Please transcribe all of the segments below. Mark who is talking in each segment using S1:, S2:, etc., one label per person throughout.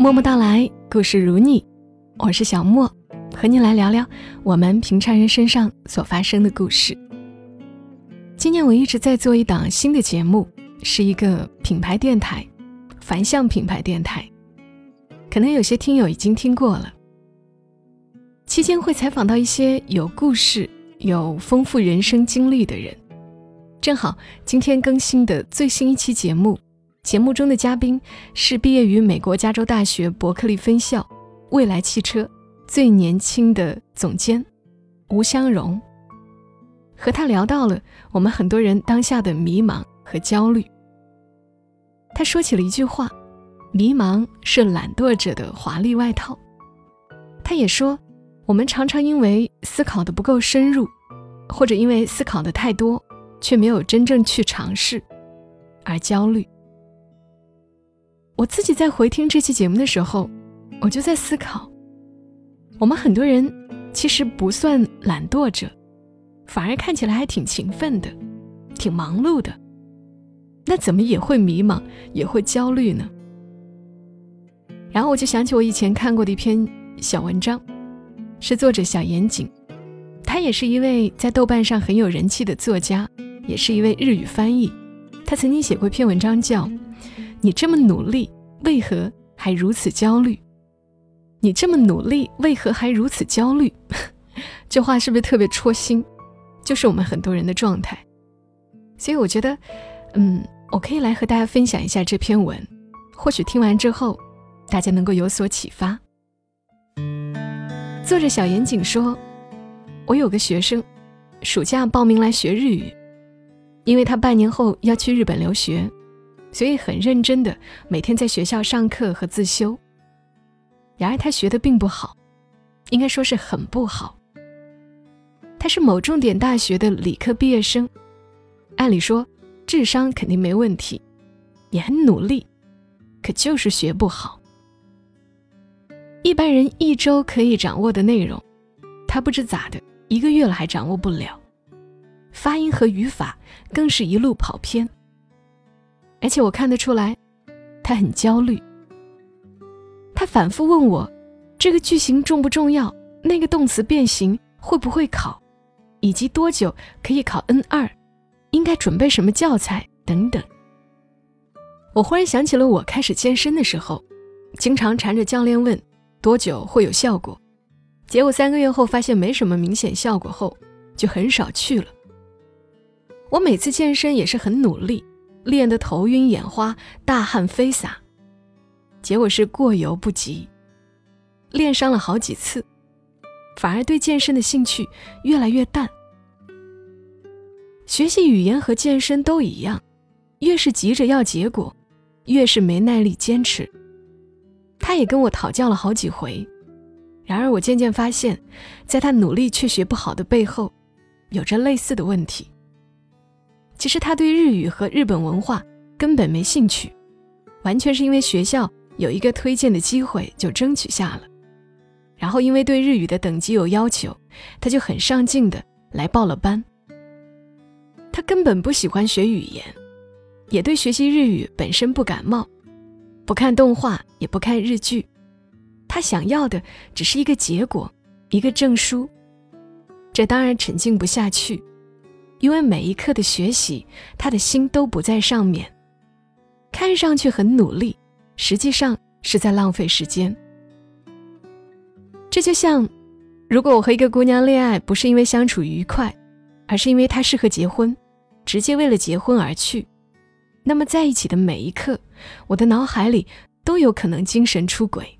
S1: 默默到来，故事如你，我是小莫，和你来聊聊我们平常人身上所发生的故事。今年我一直在做一档新的节目，是一个品牌电台，凡向品牌电台，可能有些听友已经听过了。期间会采访到一些有故事、有丰富人生经历的人。正好今天更新的最新一期节目，节目中的嘉宾是毕业于美国加州大学伯克利分校蔚来汽车最年轻的总监吴香蓉。和他聊到了我们很多人当下的迷茫和焦虑。他说起了一句话，迷茫是懒惰者的华丽外套。他也说，我们常常因为思考的不够深入，或者因为思考的太多却没有真正去尝试而焦虑。我自己在回听这期节目的时候，我就在思考，我们很多人其实不算懒惰者，反而看起来还挺勤奋的，挺忙碌的，那怎么也会迷茫，也会焦虑呢？然后我就想起我以前看过的一篇小文章，是作者小严谨，他也是一位在豆瓣上很有人气的作家，也是一位日语翻译。他曾经写过一篇文章叫你这么努力，为何还如此焦虑？你这么努力，为何还如此焦虑？这话是不是特别戳心？就是我们很多人的状态。所以我觉得我可以来和大家分享一下这篇文，或许听完之后大家能够有所启发。作者小严谨说，我有个学生暑假报名来学日语，因为他半年后要去日本留学，所以很认真的每天在学校上课和自修。然而他学得并不好，应该说是很不好。他是某重点大学的理科毕业生，按理说智商肯定没问题，也很努力，可就是学不好。一般人一周可以掌握的内容，他不知咋的1个月了还掌握不了，发音和语法更是一路跑偏。而且我看得出来他很焦虑，他反复问我这个句型重不重要，那个动词变形会不会考，以及多久可以考 N2， 应该准备什么教材等等。我忽然想起了我开始健身的时候，经常缠着教练问多久会有效果，结果3个月后发现没什么明显效果后，就很少去了。我每次健身也是很努力，练得头晕眼花，大汗飞洒，结果是过犹不及，练伤了好几次，反而对健身的兴趣越来越淡。学习语言和健身都一样，越是急着要结果，越是没耐力坚持。他也跟我讨教了好几回，然而我渐渐发现，在他努力却学不好的背后，有着类似的问题。其实他对日语和日本文化根本没兴趣，完全是因为学校有一个推荐的机会就争取下了，然后因为对日语的等级有要求，他就很上进的来报了班。他根本不喜欢学语言，也对学习日语本身不感冒，不看动画也不看日剧，他想要的只是一个结果，一个证书。这当然沉浸不下去，因为每一刻的学习他的心都不在上面，看上去很努力，实际上是在浪费时间。这就像如果我和一个姑娘恋爱不是因为相处愉快，而是因为她适合结婚，直接为了结婚而去，那么在一起的每一刻，我的脑海里都有可能精神出轨。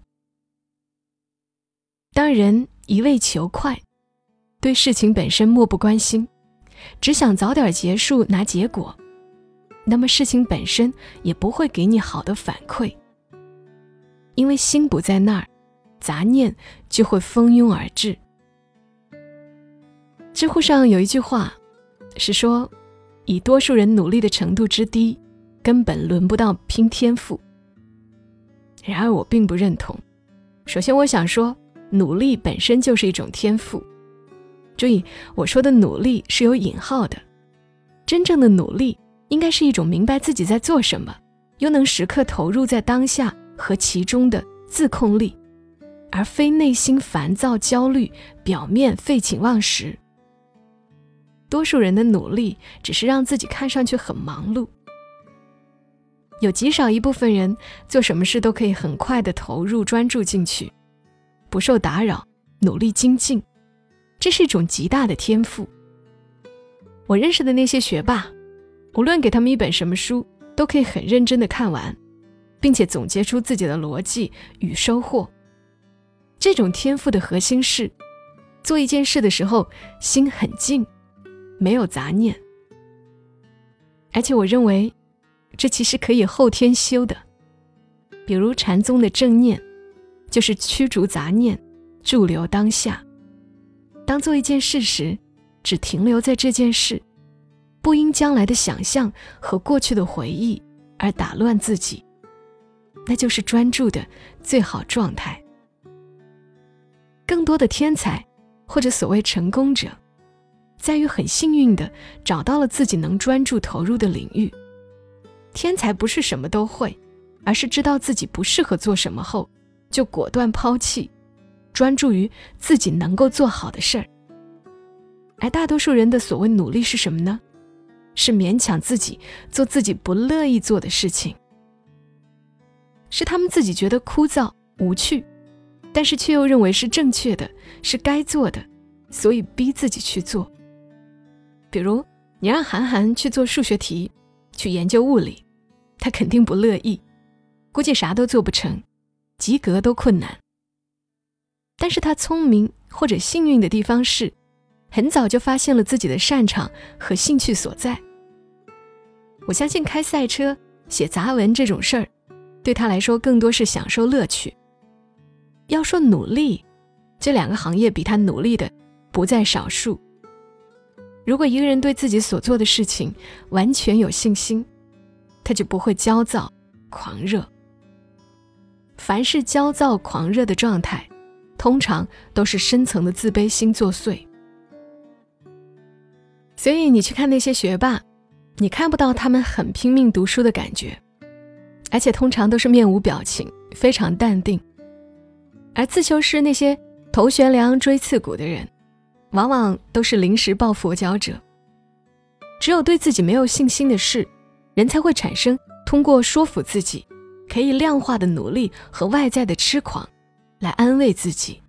S1: 当人一味求快，对事情本身漠不关心，只想早点结束拿结果，那么事情本身也不会给你好的反馈。因为心不在那儿，杂念就会蜂拥而至。知乎上有一句话是说，以多数人努力的程度之低，根本轮不到拼天赋。然而我并不认同。首先我想说，努力本身就是一种天赋。注意，我说的努力是有引号的。真正的努力应该是一种明白自己在做什么，又能时刻投入在当下和其中的自控力，而非内心烦躁焦虑，表面废寝忘食。多数人的努力只是让自己看上去很忙碌，有极少一部分人做什么事都可以很快地投入专注进去，不受打扰，努力精进，这是一种极大的天赋。我认识的那些学霸，无论给他们一本什么书，都可以很认真地看完，并且总结出自己的逻辑与收获。这种天赋的核心是，做一件事的时候心很静，没有杂念。而且我认为这其实可以后天修的，比如禅宗的正念，就是驱逐杂念，驻留当下。当做一件事时，只停留在这件事，不因将来的想象和过去的回忆而打乱自己，那就是专注的最好状态。更多的天才或者所谓成功者，在于很幸运地找到了自己能专注投入的领域。天才不是什么都会，而是知道自己不适合做什么后，就果断抛弃，专注于自己能够做好的事儿。而大多数人的所谓努力是什么呢？是勉强自己做自己不乐意做的事情，是他们自己觉得枯燥无趣，但是却又认为是正确的，是该做的，所以逼自己去做。比如你让韩寒去做数学题，去研究物理，他肯定不乐意，估计啥都做不成，及格都困难。但是他聪明或者幸运的地方是，很早就发现了自己的擅长和兴趣所在。我相信开赛车、写杂文这种事儿，对他来说更多是享受乐趣。要说努力，这两个行业比他努力的不在少数。如果一个人对自己所做的事情完全有信心，他就不会焦躁、狂热。凡是焦躁、狂热的状态，通常都是深层的自卑心作祟。所以你去看那些学霸，你看不到他们很拼命读书的感觉，而且通常都是面无表情，非常淡定。而自修室那些头悬梁锥刺股的人，往往都是临时抱佛脚者。只有对自己没有信心的事，人才会产生通过说服自己可以量化的努力和外在的痴狂来安慰自己。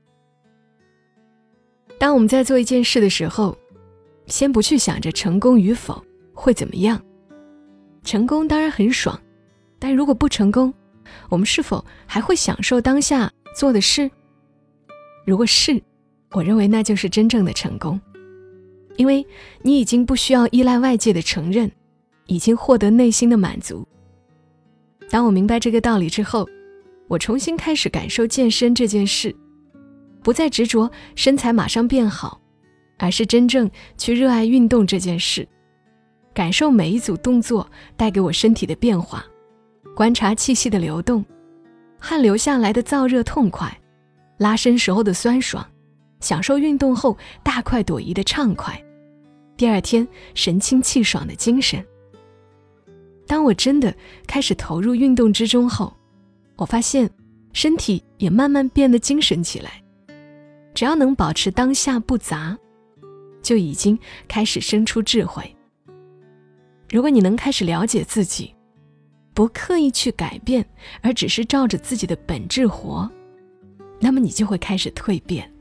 S1: 当我们在做一件事的时候，先不去想着成功与否会怎么样，成功当然很爽，但如果不成功，我们是否还会享受当下做的事？如果是，我认为那就是真正的成功，因为你已经不需要依赖外界的承认，已经获得内心的满足。当我明白这个道理之后，我重新开始感受健身这件事，不再执着身材马上变好，而是真正去热爱运动这件事，感受每一组动作带给我身体的变化，观察气息的流动，汗流下来的燥热痛快，拉伸时候的酸爽，享受运动后大快朵颐的畅快，第二天神清气爽的精神。当我真的开始投入运动之中后，我发现身体也慢慢变得精神起来。只要能保持当下不杂，就已经开始生出智慧。如果你能开始了解自己，不刻意去改变，而只是照着自己的本质活，那么你就会开始蜕变。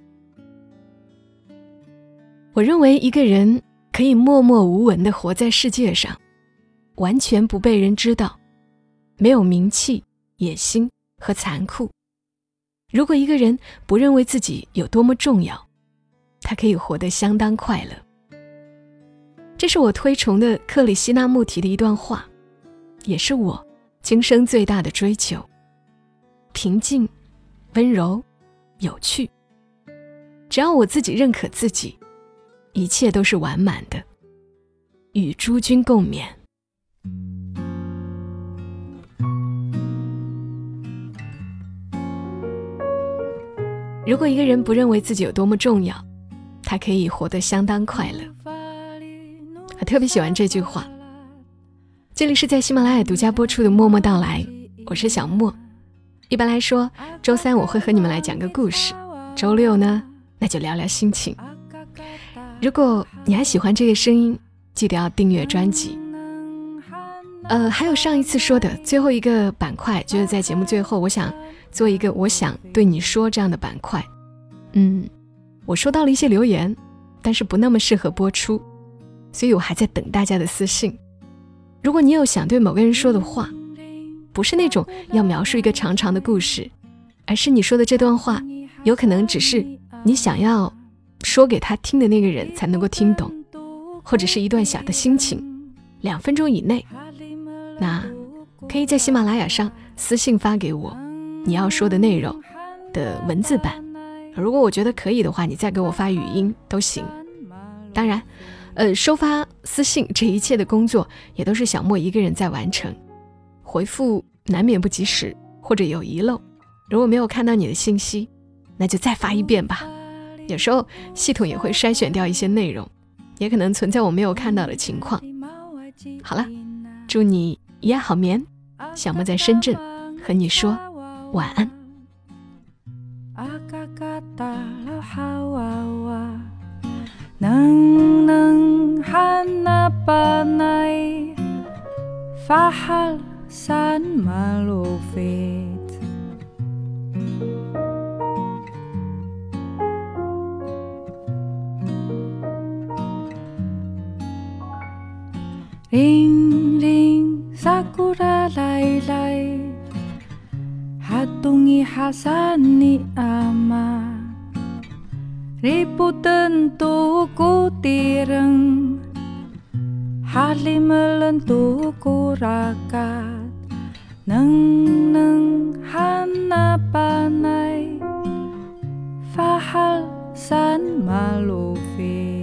S1: 我认为一个人可以默默无闻地活在世界上，完全不被人知道，没有名气、野心和残酷。如果一个人不认为自己有多么重要，他可以活得相当快乐。这是我推崇的克里希那穆提的一段话，也是我今生最大的追求。平静、温柔、有趣，只要我自己认可自己，一切都是完满的。与诸君共勉。如果一个人不认为自己有多么重要，他可以活得相当快乐。我特别喜欢这句话。这里是在喜马拉雅独家播出的默默到来，我是小莫。 一般来说，周三我会和你们来讲个故事，周六呢，那就聊聊心情。如果你还喜欢这个声音，记得要订阅专辑。还有上一次说的最后一个板块，就是在节目最后，我想做一个我想对你说这样的板块。我收到了一些留言，但是不那么适合播出，所以我还在等大家的私信。如果你有想对某个人说的话，不是那种要描述一个长长的故事，而是你说的这段话有可能只是你想要说给他听的那个人才能够听懂，或者是一段小的心情，2分钟以内，那可以在喜马拉雅上私信发给我你要说的内容的文字版，如果我觉得可以的话，你再给我发语音都行。当然收发私信这一切的工作也都是小莫一个人在完成，回复难免不及时或者有遗漏，如果没有看到你的信息，那就再发一遍吧。有时候系统也会筛选掉一些内容，也可能存在我没有看到的情况。好了，祝你一夜好眠，小莫在深圳和你说晚安。
S2: Nang hanapanay fahal san malupit Ring ring sakura laylay hatungi hasan ni ama Riputan tuku tireng Halimelen tuku rakat Neng hanapanay Fahal san malufit